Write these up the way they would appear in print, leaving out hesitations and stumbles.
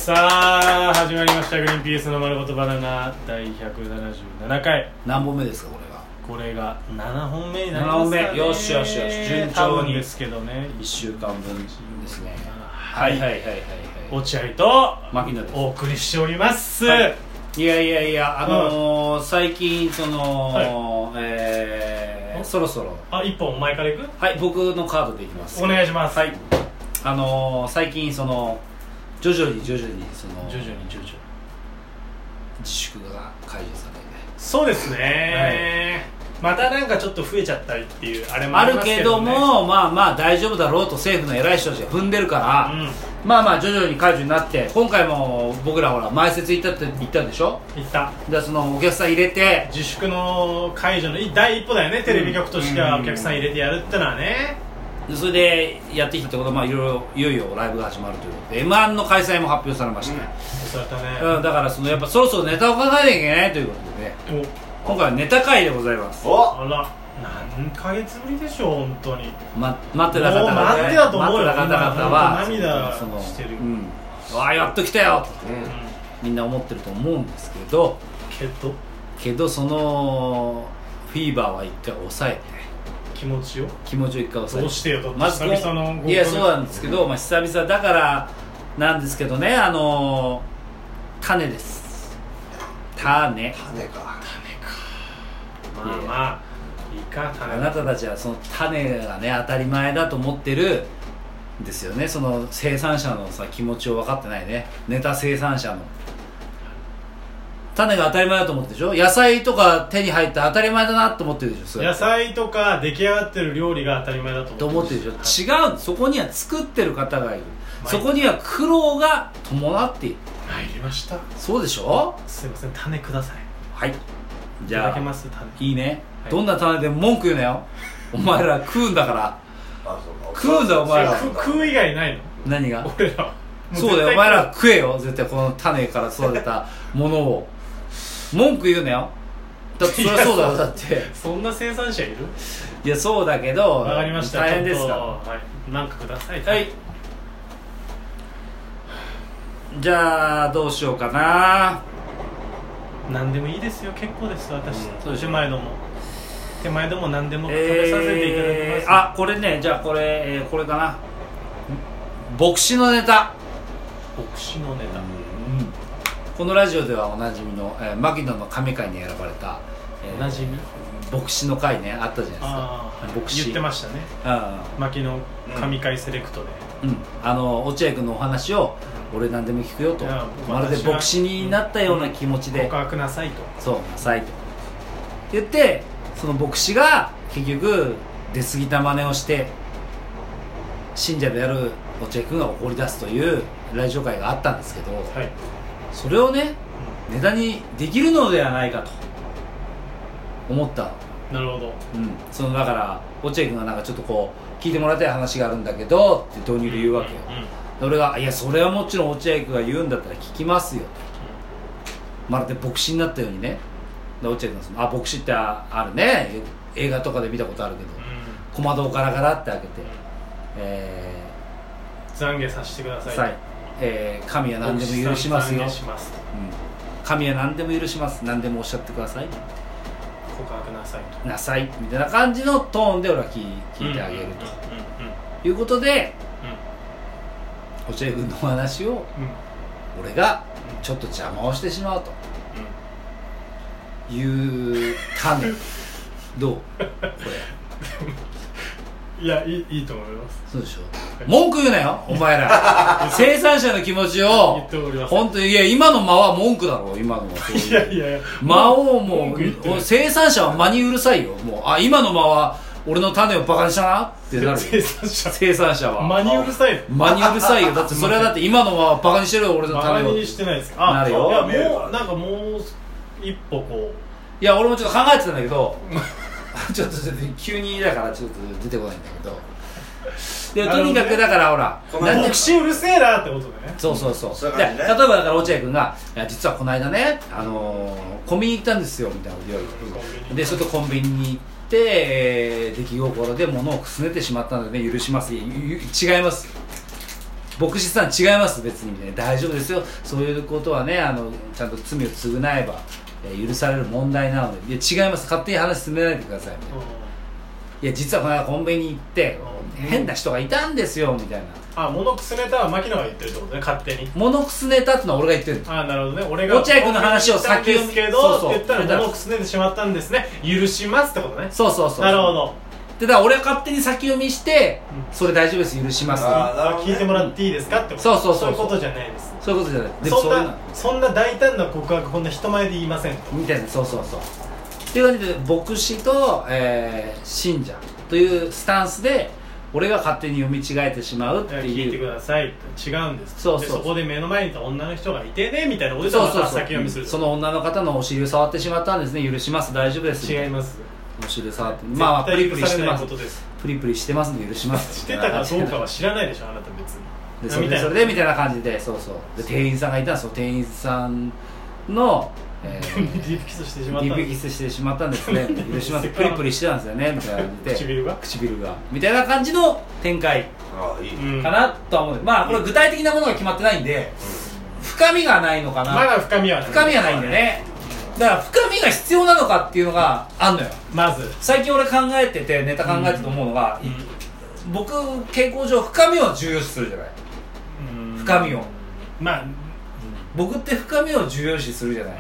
さあ始まりましたグリーンピースの丸ごとバナナ第177回。 何本目ですかこれが7本目になりますかね。 7本目よしよしよし順調にですけどね、 1週間分ですね。 はいはい落合と牧野です。 お送りしております、 はい、いや最近その、そろそろ 1本前からいく。 はい、僕のカードでいきます。 お願いします。 はい、最近その徐々にその自粛が解除されて、 そうですね、またなんかちょっと増えちゃったりっていうあれもあありますけどね。 るけども、まあ大丈夫だろうと政府の偉い人たちが踏んでるから、まあ徐々に解除になって、今回も僕らほら前説行ったんでしょ。 行った。 でそのお客さん入れて自粛の解除の第一歩だよね、テレビ局としてはお客さん入れてやるってのはね。 でそれでやってきたってことは、いよいよライブが始まるということで M−1 の開催も発表されまして、 そうだったね。 だからやっぱそろそろネタを考えなきゃいけないということでね、今回はネタ会でございます。 あら、何ヶ月ぶりでしょう本当に。 待ってた方々 待ってたと思うよ。 待ってた方々は涙してる。 わあやっと来たよと、みんな思ってると思うんですけどそのフィーバーは一回抑えて、 気持ちを一回抑えて、 どうしてよと。 まずいやそうなんですけど、久々だからなんですけどね、種です。種かまあいいか。種、 あなたたちはその種がね当たり前だと思ってるんですよね。その生産者の気持ちを分かってないね。ネタ生産者の種が当たり前だと思ってるでしょ。野菜とか手に入った当たり前だなと思ってるでしょ。 野菜とか出来上がってる料理が当たり前だと思ってるでしょ。違う、そこには作ってる方がいる、そこには苦労が伴っている。 入りました。 そうでしょ。 すいません、種ください。 はい、じゃあいただけます。種いいね、どんな種でも文句言うなよ。お前ら食うんだから。食うんだお前ら。 食う以外ないの。 何が。 俺らそうだよ、お前ら食えよ絶対、この種から育てたものを。文句言うなよ。だってそりゃそうだよ。だってそんな生産者いる。 いやそうだけど、 わかりました。 大変ですから。 はい、なんかください。 はい、じゃあどうしようかな。 何でもいいですよ、結構です私。 そうでしょ。 手前でも何でも食べさせていただきます。 これね、じゃあこれかな。牧師のネタ。このラジオではおなじみの、牧野の神回に選ばれた、 おなじみ牧師の回ね、あったじゃないですか。牧師言ってましたね。牧野神回セレクトで、 落合君のお話を俺何でも聞くよと、まるで牧師になったような気持ちで告白なさいと。 そうなさいと言って、その牧師が結局出過ぎた真似をして信者である落合君が怒り出すというラジオ会があったんですけど、それをね、ネタにできるのではないかと思った。 なるほど。 だから落合君がなんかちょっとこう聞いてもらいたい話があるんだけどって導入で言うわけよ。俺がいやそれはもちろん落合君が言うんだったら聞きますよと、まるで牧師になったようにね。で落合君が牧師ってあるね、映画とかで見たことあるけど、小窓をガラガラって開けて、 懺悔させてください。 神は何でも許しますよ。神は何でも許します。何でもおっしゃってください。 告白なさいみたいな感じのトーンで俺は聞いてあげるということで、落合君のお話を俺がちょっと邪魔をしてしまうという種。どうこれ。 いや、いいと思います。 そうでしょ。文句言うなよお前ら。生産者の気持ちを言っております。 本当に。いや今の間は文句だろ。今のはそういういや間をもう生産者は間にうるさいよ。もう今の間は俺の種をバカにしたなってなる。生産者は間にうるさい。 間にうるさいよ。だってそれはだって今の間はバカにしてるよ俺の種を。 バカにしてないです。 なるよ。 いやもうなんかもう一歩こう。いや俺もちょっと考えてたんだけどちょっと急にだからちょっと出てこないんだけど、でとにかくだからほら牧師うるせえなってことでね。 そうで、例えばだから落合君がいや実はこの間ね、コンビニ行ったんですよみたいなこと言われて、でそれとコンビニに行って出来心で物をくすねてしまったので、ね、許します。違います。 牧師さん違います別にね、大丈夫ですよ、そういうことはねちゃんと罪を償えば、許される問題なので、いや違います、勝手に話進めないでくださいみたいな、いや実はこの間コンビニに行って変な人がいたんですよみたいな。 モノクスネタは牧野が言ってるってことね、勝手に。 モノクスネタってのは俺が言ってる。 なるほどね、俺が落合君の話を先ですけどって言ったらモノクスネてしまったんですね、許しますってことね。 そうそうそう、 なるほど。 でだから俺は勝手に先読みして、それ大丈夫です、許します、 聞いてもらっていいですかってこと。そういうことじゃないです。 そういうことじゃない。でそんな大胆な告白こんな人前で言いませんみたいな。そうっていう感じで牧師と、信者というスタンスで俺が勝手に読み違えてしまうっていう。 聞いてください、違うんです。 そこで目の前にいた女の人がいてねみたいなことでまた先読みする。 その女の方のお尻を触ってしまったんですね、許します、大丈夫です。 違います、 お尻触って、プリプリしてます、プリプリしてますんで許しますしてたかどうかは知らないでしょあなた別に。 それでみたいな感じで、で店員さんがいたんですよ。店員さんのディープキスしてしまったディープキスしてしまったんですね許しますプリプリしてたんですよねみたいな感じで唇がみたいな感じの展開かなとは思う。これ具体的なものが決まってないんで、深みがないのかな。 まだ深みはないんでね。だから深みが必要なのかっていうのがあんのよ。 まず最近俺考えててネタ考えてて思うのが、僕傾向上深みを重要視するじゃない。深みを僕って深みを重要視するじゃない。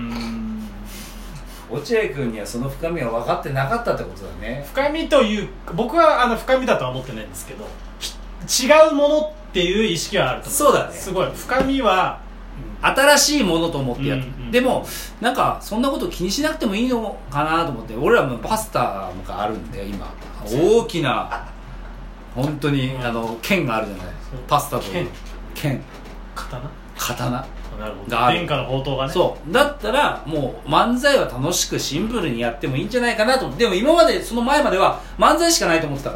落合君にはその深みは分かってなかったってことだね。 深みという僕は深みだとは思ってないんですけど、違うものっていう意識はあると思う。 そうだね。 すごい深みは新しいものと思ってやって、でもなんかそんなこと気にしなくてもいいのかなと思って。俺らもパスタがあるんで今大きな本当に剣があるじゃない。パスタという剣、刀なるほど。天下の宝刀がね。 そうだったらもう漫才は楽しくシンプルにやってもいいんじゃないかなと思って。でも今までその前までは漫才しかないと思ってたから、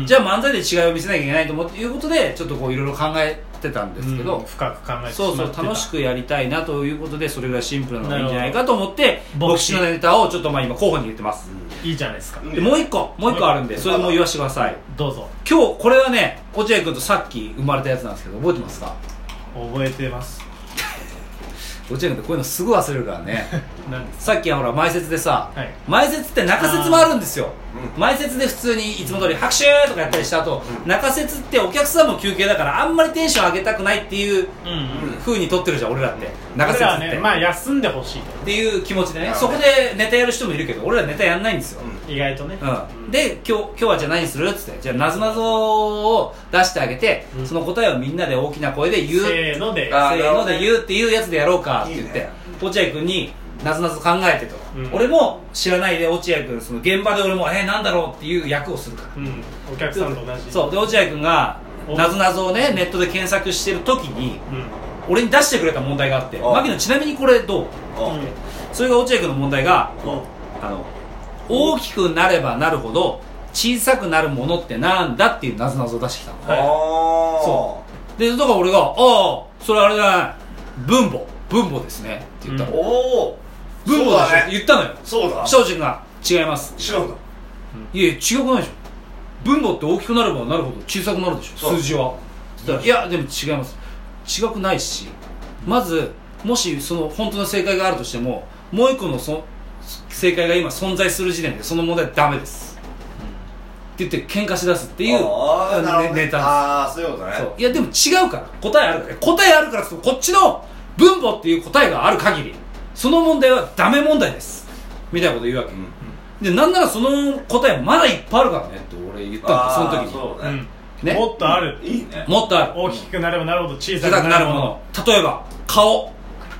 じゃあ漫才で違いを見せなきゃいけないと思っていうことでちょっとこういろいろ考えてたんですけど、 深く考えてそう楽しくやりたいなということで、それぐらいシンプルなのがいいんじゃないかと思って牧師のネタをちょっと今候補に入れてます。 いいじゃないですか。 でもう一個あるんで、それも言わせてください。 どうぞ。 今日これはね、落合君とさっき生まれたやつなんですけど、覚えてますか？ 覚えてます。 落合君ってこういうのすぐ忘れるからね何ですか？ さっきほら前説でさ、前説って中説もあるんですよ。前説で普通にいつも通り拍手とかやったりした後、中説ってお客さんも休憩だからあんまりテンション上げたくないっていう風に撮ってるじゃん俺らって。中説って休んでほしいっていう気持ちでね、そこでネタやる人もいるけど俺らネタやんないんですよ、 意外とね。 で今日はじゃあ何するっつって、じゃあなぞなぞを出してあげて、その答えをみんなで大きな声で言う、せーので言うっていうやつでやろうかって言って、落合君になぞなぞ考えてと、俺も知らないで落合君その現場で俺もなんだろうっていう役をするから、 お客さんと同じ。 そうで落合君がなぞなぞをねネットで検索してる時に、俺に出してくれた問題があって、牧野ちなみにこれどう？それが落合君の問題が、大きくなればなるほど小さくなるものってなんだっていうなぞなぞを出してきたの。そうでだから俺がそれあれだね、分母ですねって言ったの。分母でしょって言ったのよ。 そうだ。 庄司君が違います。 違うんだ。 いや違くないでしょ。分母って大きくなればなるほど小さくなるでしょ、数字は。いやでも違います。違くないし、まずもしその本当の正解があるとしても、もう一個の正解が今存在する時点でその問題はダメです、って言って喧嘩しだすっていうネタです。 そういうことね。 いやでも違うから、答えあるからってこっちの分母っていう答えがある限りその問題はダメ問題ですみたいなこと言うわけ、でなんならその答えまだいっぱいあるからねって俺言ったの。その時にそうね、もっとある。 いいね。 もっとある。 大きくなればなるほど小さくなるもの。例えば顔。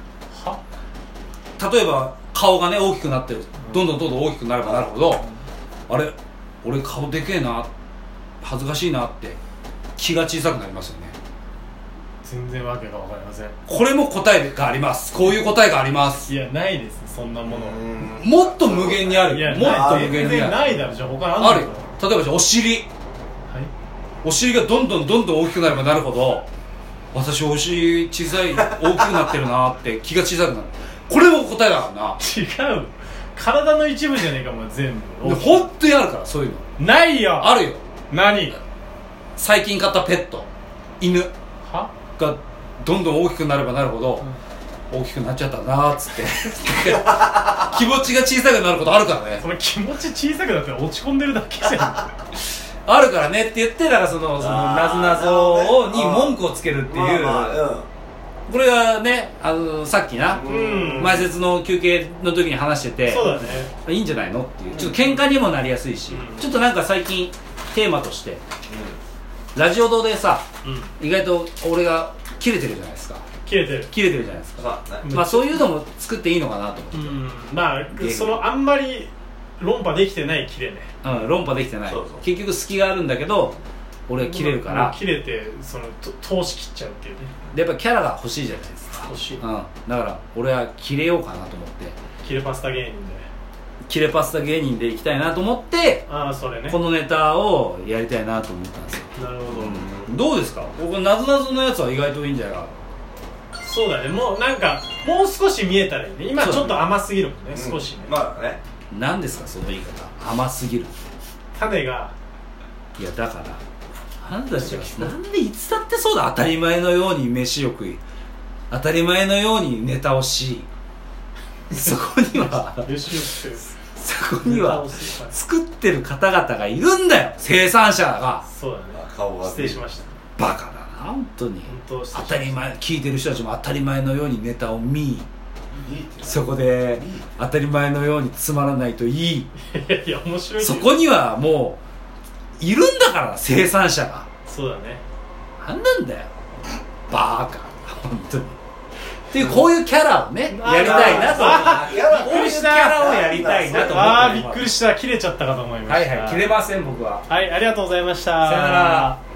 例えば顔がね大きくなってる。どんどん大きくなればなるほど、あれ俺顔でけえな、恥ずかしいなって気が小さくなりますよね。 全然わけが分かりません。 これも答えがあります。こういう答えがあります。 いやないですそんなもの。 もっと無限にある。 いやもっと無限にある。 全然ないだろ。じゃあ他あるよ。例えばじゃあお尻。お尻がどんどん大きくなればなるほど、私お尻小さい大きくなってるなって気が小さくなる。これも答えだからな。 違う、体の一部じゃねえかもう全部。 本当にあるからそういうの。 ないよ。 あるよ。 何？ 最近買ったペット犬。 がどんどん大きくなればなるほど、大きくなっちゃったなーっつって気持ちが小さくなることあるからね。 その気持ち小さくなって落ち込んでるだけじゃあるからねって言って、だからそのなぞなぞに文句をつけるっていう、これがね、さっきな、前説の休憩の時に話してて、 そうだね、 いいんじゃないのっていう、ちょっと喧嘩にもなりやすいし、ちょっとなんか最近テーマとして、ラジオ堂でさ、意外と俺がキレてるじゃないですか。キレてるじゃないですか。まあそういうのも作っていいのかなと思って。 まあそのあんまり論破できてないキレね。 論破できてない。結局隙があるんだけど俺はキレるから、 キレてその通し切っちゃうっていうね。 でやっぱキャラが欲しいじゃないですか。 欲しい。 だから俺はキレようかなと思って、 キレパスタ芸人でキレパスタ芸人でいきたいなと思って、 それね、 このネタをやりたいなと思ったんですよ。 なるほど、 どうですか。僕なぞなぞのやつは意外といいんじゃないかな。 そうだね、もうなんかもう少し見えたらいいね。今ちょっと甘すぎるもんね、少しね。 まあね、何ですかその言い方、甘すぎる。 種が、 いやだからあなたたちはなんでいつだってそうだ、当たり前のように飯を食い、当たり前のようにネタをし、そこにはそこには作ってる方々がいるんだよ、生産者が。 そうだね、失礼しました。 バカだな本当に。当たり前、聞いてる人たちも当たり前のようにネタを見、そこで当たり前のようにつまらないといい。 いや面白い。 そこにはもういるんだから生産者が。 そうだね、 なんなんだよバカ本当にっていう、こういうキャラをねやりたいなと。こういうキャラをやりたいなと思って。 びっくりした、切れちゃったかと思いました。 はいはい、切れません僕は。 はい、ありがとうございました。 さよなら。